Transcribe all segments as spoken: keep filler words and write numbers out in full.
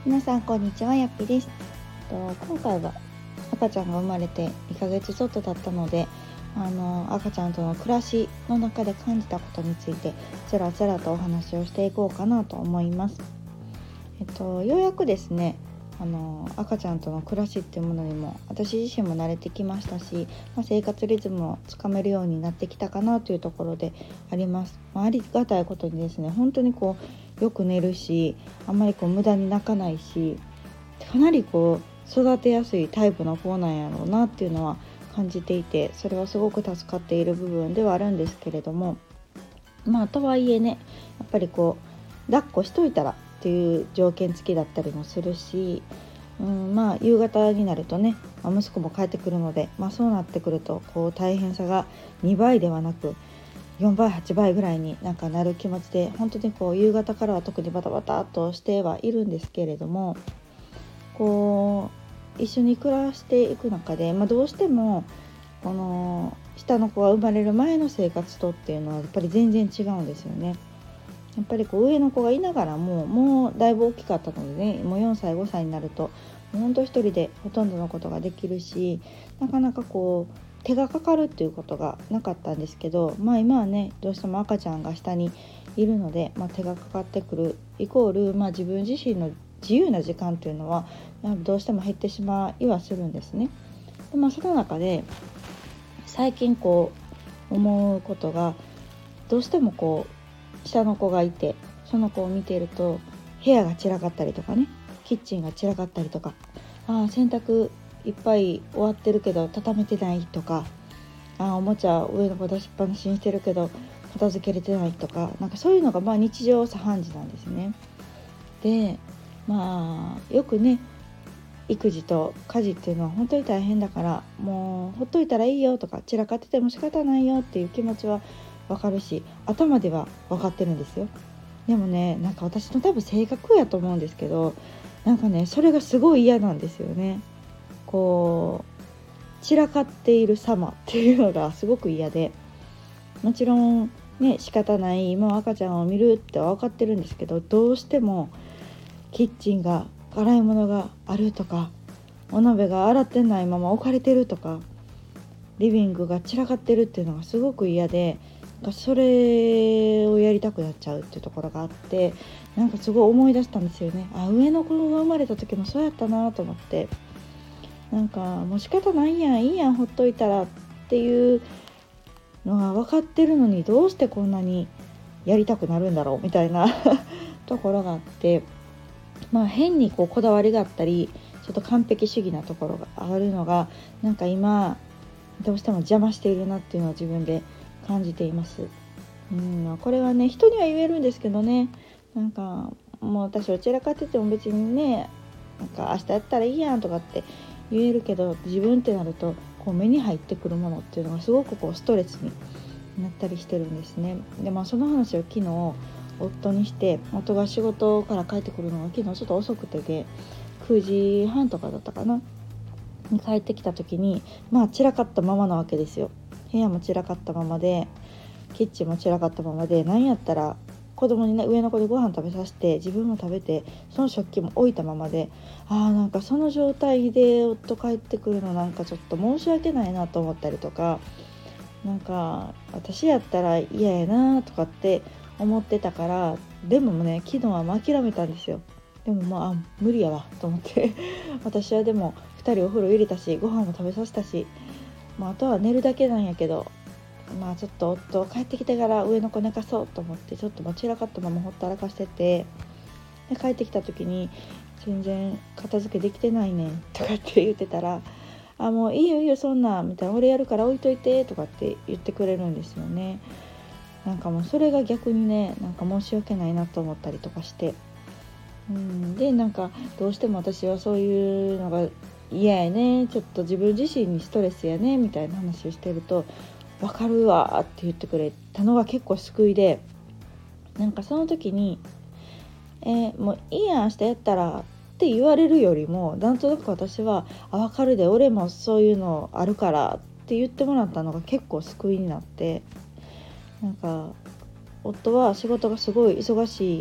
皆さんこんにちは、やっぴです。と今回は赤ちゃんが生まれていっかげつちょっと経ったので、あの赤ちゃんとの暮らしの中で感じたことについてつらつらとお話をしていこうかなと思います。えっとようやくですね、あの赤ちゃんとの暮らしっていうものにも私自身も慣れてきましたし、まあ、生活リズムをつかめるようになってきたかなというところであります。まあ、ありがたいことにですね、本当にこうよく寝るし、あんまりこう無駄に泣かないし、かなりこう育てやすいタイプの子なんやろうなっていうのは感じていて、それはすごく助かっている部分ではあるんですけれども、まあとはいえね、やっぱりこう抱っこしといたらっていう条件付きだったりもするし、うん、まあ夕方になるとね、まあ、息子も帰ってくるので、まあ、そうなってくるとこう大変さがにばいではなくよんばいはちばいぐらいになんかなる気持ちで、本当にこう夕方からは特にバタバタっとしてはいるんですけれども、こう一緒に暮らしていく中で、まあ、どうしてもこの下の子が生まれる前の生活とっていうのはやっぱり全然違うんですよね。やっぱりこう上の子がいながらももうだいぶ大きかったのでね、もうよんさいごさいになるともうほんと一人でほとんどのことができるし、なかなかこう手がかかるっていうことがなかったんですけど、まあ今はねどうしても赤ちゃんが下にいるので、まあ、手がかかってくるイコール、まあ、自分自身の自由な時間というのはどうしても減ってしまいはするんですね。で、まあ、その中で最近こう思うことが、どうしてもこう下の子がいてその子を見ていると部屋が散らかったりとかね、キッチンが散らかったりとか、あ洗濯いっぱい終わってるけど畳めてないとか、あおもちゃ上の子出しっぱなしにしてるけど片付けれてないとか、なんかそういうのがまあ日常茶飯事なんですね。でまあよくね、育児と家事っていうのは本当に大変だから、もうほっといたらいいよとか散らかってても仕方ないよっていう気持ちはわかるし、頭では分かってるんですよ。でもね、なんか私の多分性格やと思うんですけど、なんかねそれがすごい嫌なんですよね。こう散らかっている様っていうのがすごく嫌で、もちろんね仕方ない、もう赤ちゃんを見るって分かってるんですけど、どうしてもキッチンが洗い物があるとか、お鍋が洗ってないまま置かれてるとか、リビングが散らかってるっていうのがすごく嫌で、それをやりたくなっちゃうっていうところがあって、なんかすごい思い出したんですよね。あ、上の子が生まれた時もそうやったなと思って、なんかもう仕方ないやん、いいやんほっといたらっていうのは分かってるのに、どうしてこんなにやりたくなるんだろうみたいなところがあって、まあ変にこうこだわりがあったり、ちょっと完璧主義なところがあるのが、なんか今どうしても邪魔しているなっていうのは自分で感じています。うん、これはね人には言えるんですけどね、なんかもう私おちらかってても別にね、なんか明日やったらいいやんとかって言えるけど、自分ってなるとこう目に入ってくるものっていうのがすごくこうストレスになったりしてるんですね。で、まあ、その話を昨日夫にして、夫が仕事から帰ってくるのが昨日ちょっと遅くてでくじはんとかだったかなに帰ってきた時に、まあ散らかったままなわけですよ。部屋も散らかったままで、キッチンも散らかったままで、なんやったら子供にね上の子でご飯食べさせて自分も食べてその食器も置いたままで、あーなんかその状態で夫帰ってくるのなんかちょっと申し訳ないなと思ったりとか、なんか私やったら嫌やなとかって思ってたから、でもね昨日はもう諦めたんですよ。でもまあ無理やわと思って私はでもふたりお風呂入れたしご飯も食べさせたし、まあ、あとは寝るだけなんやけど、まあちょっと夫帰ってきてから上の子寝かそうと思ってちょっともちらかったままほったらかしてて、で帰ってきた時に全然片付けできてないねんとかって言ってたら、あもういいよいいよそんなみたいな、俺やるから置いといてとかって言ってくれるんですよね。なんかもうそれが逆にね、なんか申し訳ないなと思ったりとかして、うんでなんかどうしても私はそういうのが嫌やね、ちょっと自分自身にストレスやねみたいな話をしてると、分かるわって言ってくれたのが結構救いで、なんかその時にえーもういいやん明日やったらって言われるよりも、なんとなく私はあ分かるで俺もそういうのあるからって言ってもらったのが結構救いになって、なんか夫は仕事がすごい忙しく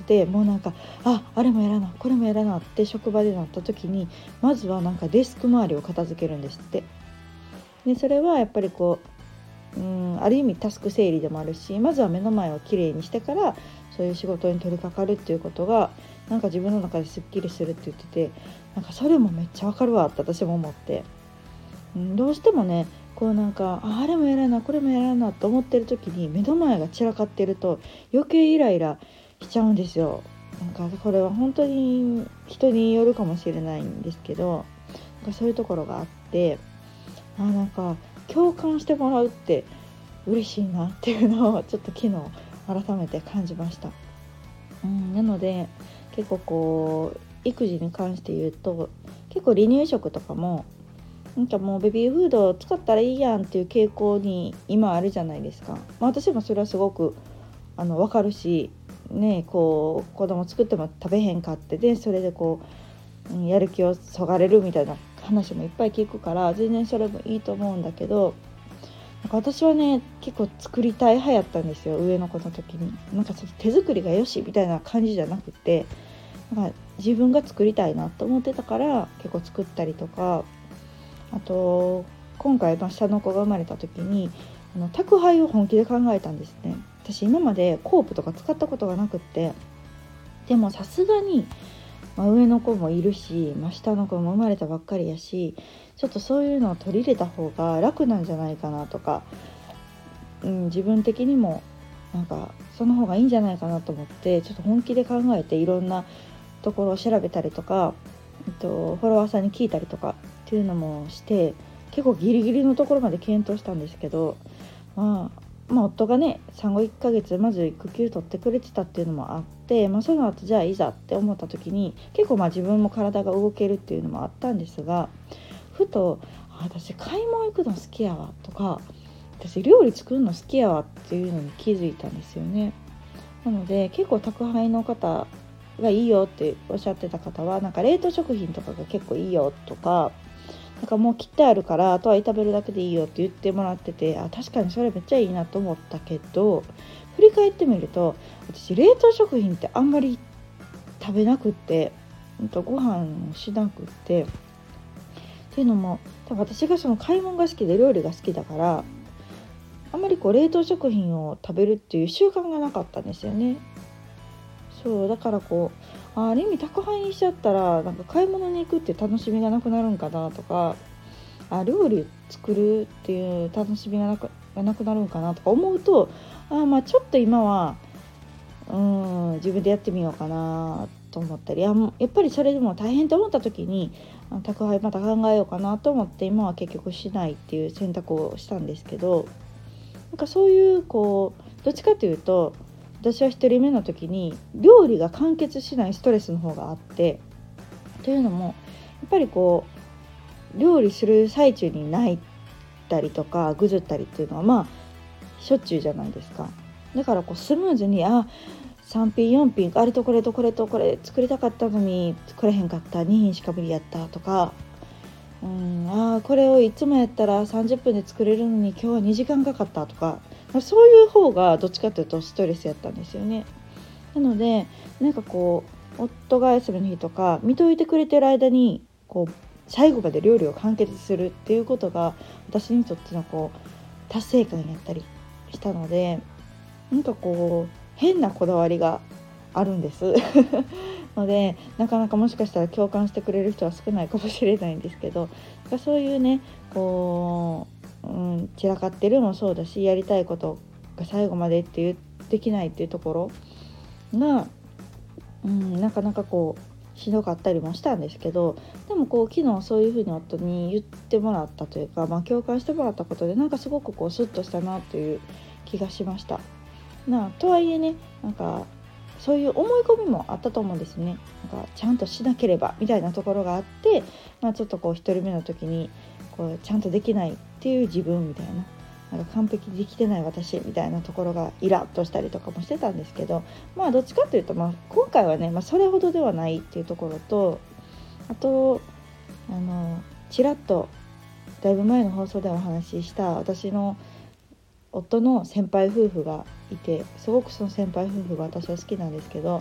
て、もうなんかああれもやらなこれもやらなって職場でなった時に、まずはなんかデスク周りを片付けるんですって。でそれはやっぱりこう、うん、ある意味タスク整理でもあるし、まずは目の前をきれいにしてからそういう仕事に取り掛かるっていうことがなんか自分の中ですっきりするって言ってて、なんかそれもめっちゃわかるわって私も思って、うん、どうしてもねこうなんか あ, あれもやらなこれもやらなと思ってる時に目の前が散らかってると余計イライラしちゃうんですよ。なんかこれは本当に人によるかもしれないんですけど、なんかそういうところがあって、あなんか共感してもらうって嬉しいなっていうのをちょっと昨日改めて感じました。うん、なので結構こう育児に関して言うと、結構離乳食とかもなんかもうベビーフードを使ったらいいやんっていう傾向に今あるじゃないですか。まあ、私もそれはすごくあの分かるしね、こう子供作っても食べへんかってでそれでこう、うん、やる気をそがれるみたいな話もいっぱい聞くから、全然それもいいと思うんだけど、なんか私はね結構作りたい派やったんですよ。上の子の時になんかちょっと手作りがよしみたいな感じじゃなくて、なんか自分が作りたいなと思ってたから結構作ったりとか、あと今回、まあ、下の子が生まれた時にあの宅配を本気で考えたんですね。私今までコープとか使ったことがなくって、でもさすがに、まあ、上の子もいるし、まあ、下の子も生まれたばっかりやし、ちょっとそういうのを取り入れた方が楽なんじゃないかなとか、うん、自分的にもなんかその方がいいんじゃないかなと思って、ちょっと本気で考えていろんなところを調べたりとか、えっと、フォロワーさんに聞いたりとかっていうのもして、結構ギリギリのところまで検討したんですけど、まあ、まあ夫がね産後いっかげつまず育休取ってくれてたっていうのもあって、まあ、その後じゃあいざって思った時に結構まあ自分も体が動けるっていうのもあったんですが、ふとあ私買い物行くの好きやわとか、私料理作るの好きやわっていうのに気づいたんですよね。なので結構宅配の方がいいよっておっしゃってた方は、なんか冷凍食品とかが結構いいよとか、なんかもう切ってあるからあとは炒めるだけでいいよって言ってもらってて、あ確かにそれめっちゃいいなと思ったけど、振り返ってみると私冷凍食品ってあんまり食べなくって、ご飯をしなくってっていうのも多分私がその買い物が好きで料理が好きだから、あんまりこう冷凍食品を食べるっていう習慣がなかったんですよね。そうだからこうある意味宅配にしちゃったらなんか買い物に行くっていう楽しみがなくなるんかなとか、あ料理作るっていう楽しみがなく、がなくなるんかなとか思うと、あまあちょっと今はうん自分でやってみようかなと思ったり、ややっぱりそれでも大変と思った時に宅配また考えようかなと思って今は結局しないっていう選択をしたんですけど、なんかそういうこうどっちかというと私はひとりめの時に料理が完結しないストレスの方があって、というのもやっぱりこう料理する最中に泣いたりとかぐずったりっていうのはまあしょっちゅうじゃないですか。だからこうスムーズにあさん品よん品あれとこれとこれとこれ作りたかったのに作れへんかった、に品しか無理やったとか、うんあこれをいつもやったらさんじゅっぷんで作れるのに今日はにじかんかかったとか、そういう方がどっちかというとストレスやったんですよね。なのでなんかこう夫が休みの日とか見といてくれてる間にこう最後まで料理を完結するっていうことが私にとってのこう達成感やったりしたので、なんかこう変なこだわりがあるんですので、なかなかもしかしたら共感してくれる人は少ないかもしれないんですけど、そういうねこう、うん、散らかってるもそうだし、やりたいことが最後までっていうできないっていうところが、うん、なかなかこうしんどかったりもしたんですけど、でもこう昨日そういうふうに夫に言ってもらったというか、まあ、共感してもらったことでなんかすごくこうスッとしたなという気がしました。なとはいえね、なんかそういう思い込みもあったと思うんですね。なんかちゃんとしなければみたいなところがあって、まあ、ちょっとこう一人目の時にこうちゃんとできないっていう自分みたいな、なんか完璧にできてない私みたいなところがイラッとしたりとかもしてたんですけど、まあどっちかというと、まあ、今回はね、まあ、それほどではないっていうところと、あとあのちらっとだいぶ前の放送でお話しした私の夫の先輩夫婦がいて、すごくその先輩夫婦が私は好きなんですけど、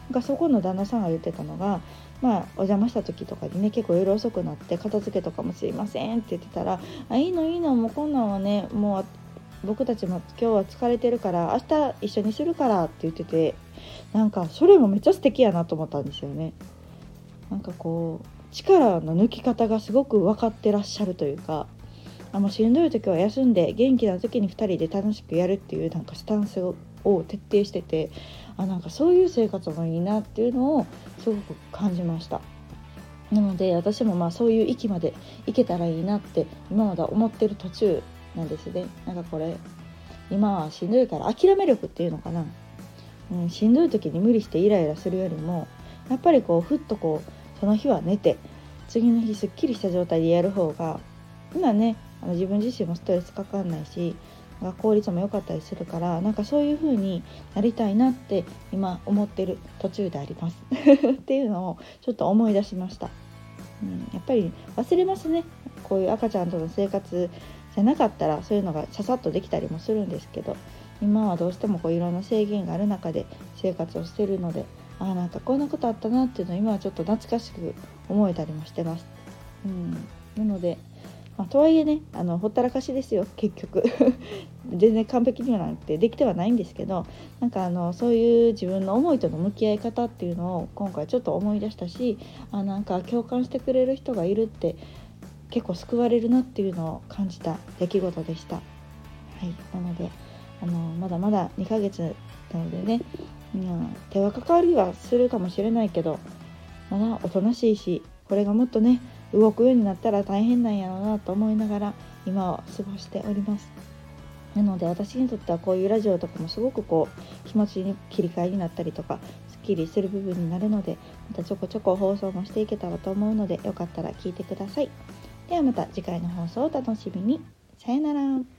なんかそこの旦那さんが言ってたのが、まあ、お邪魔した時とかにね結構夜遅くなって片付けとかもすいませんって言ってたら、あいいのいいの、もうこんなんはねもう僕たちも今日は疲れてるから明日一緒にするからって言ってて、なんかそれもめっちゃ素敵やなと思ったんですよね。なんかこう力の抜き方がすごく分かってらっしゃるというか、あもうしんどい時は休んで元気な時にふたりで楽しくやるっていうなんかスタンスを徹底してて、あなんかそういう生活もいいなっていうのをすごく感じました。なので私もまあそういう域まで行けたらいいなって今まで思ってる途中なんですね。なんかこれ今はしんどいから諦め力っていうのかな、うん、しんどい時に無理してイライラするよりもやっぱりこうふっとこうその日は寝て次の日すっきりした状態でやる方が今ねあの自分自身もストレスかかんないし効率も良かったりするから、なんかそういう風になりたいなって今思ってる途中でありますっていうのをちょっと思い出しました、うん、やっぱり忘れますね。こういう赤ちゃんとの生活じゃなかったらそういうのがささっとできたりもするんですけど、今はどうしてもこういろんな制限がある中で生活をしてるので、あなんかこんなことあったなっていうのを今はちょっと懐かしく思えたりもしてます、うん、なので、まあ、とはいえねあのほったらかしですよ結局全然完璧にはなくてできてはないんですけど、なんかあのそういう自分の思いとの向き合い方っていうのを今回ちょっと思い出したし、あなんか共感してくれる人がいるって結構救われるなっていうのを感じた出来事でした。はい、なのであのまだまだにかげつなのでね、うん、手は関わりはするかもしれないけどまだおとなしいし、これがもっとね動くようになったら大変なんやろうなと思いながら今を過ごしております。なので私にとってはこういうラジオとかもすごくこう気持ちに切り替えになったりとかすっきりする部分になるので、またちょこちょこ放送もしていけたらと思うのでよかったら聞いてください。ではまた次回の放送をお楽しみに。さよなら。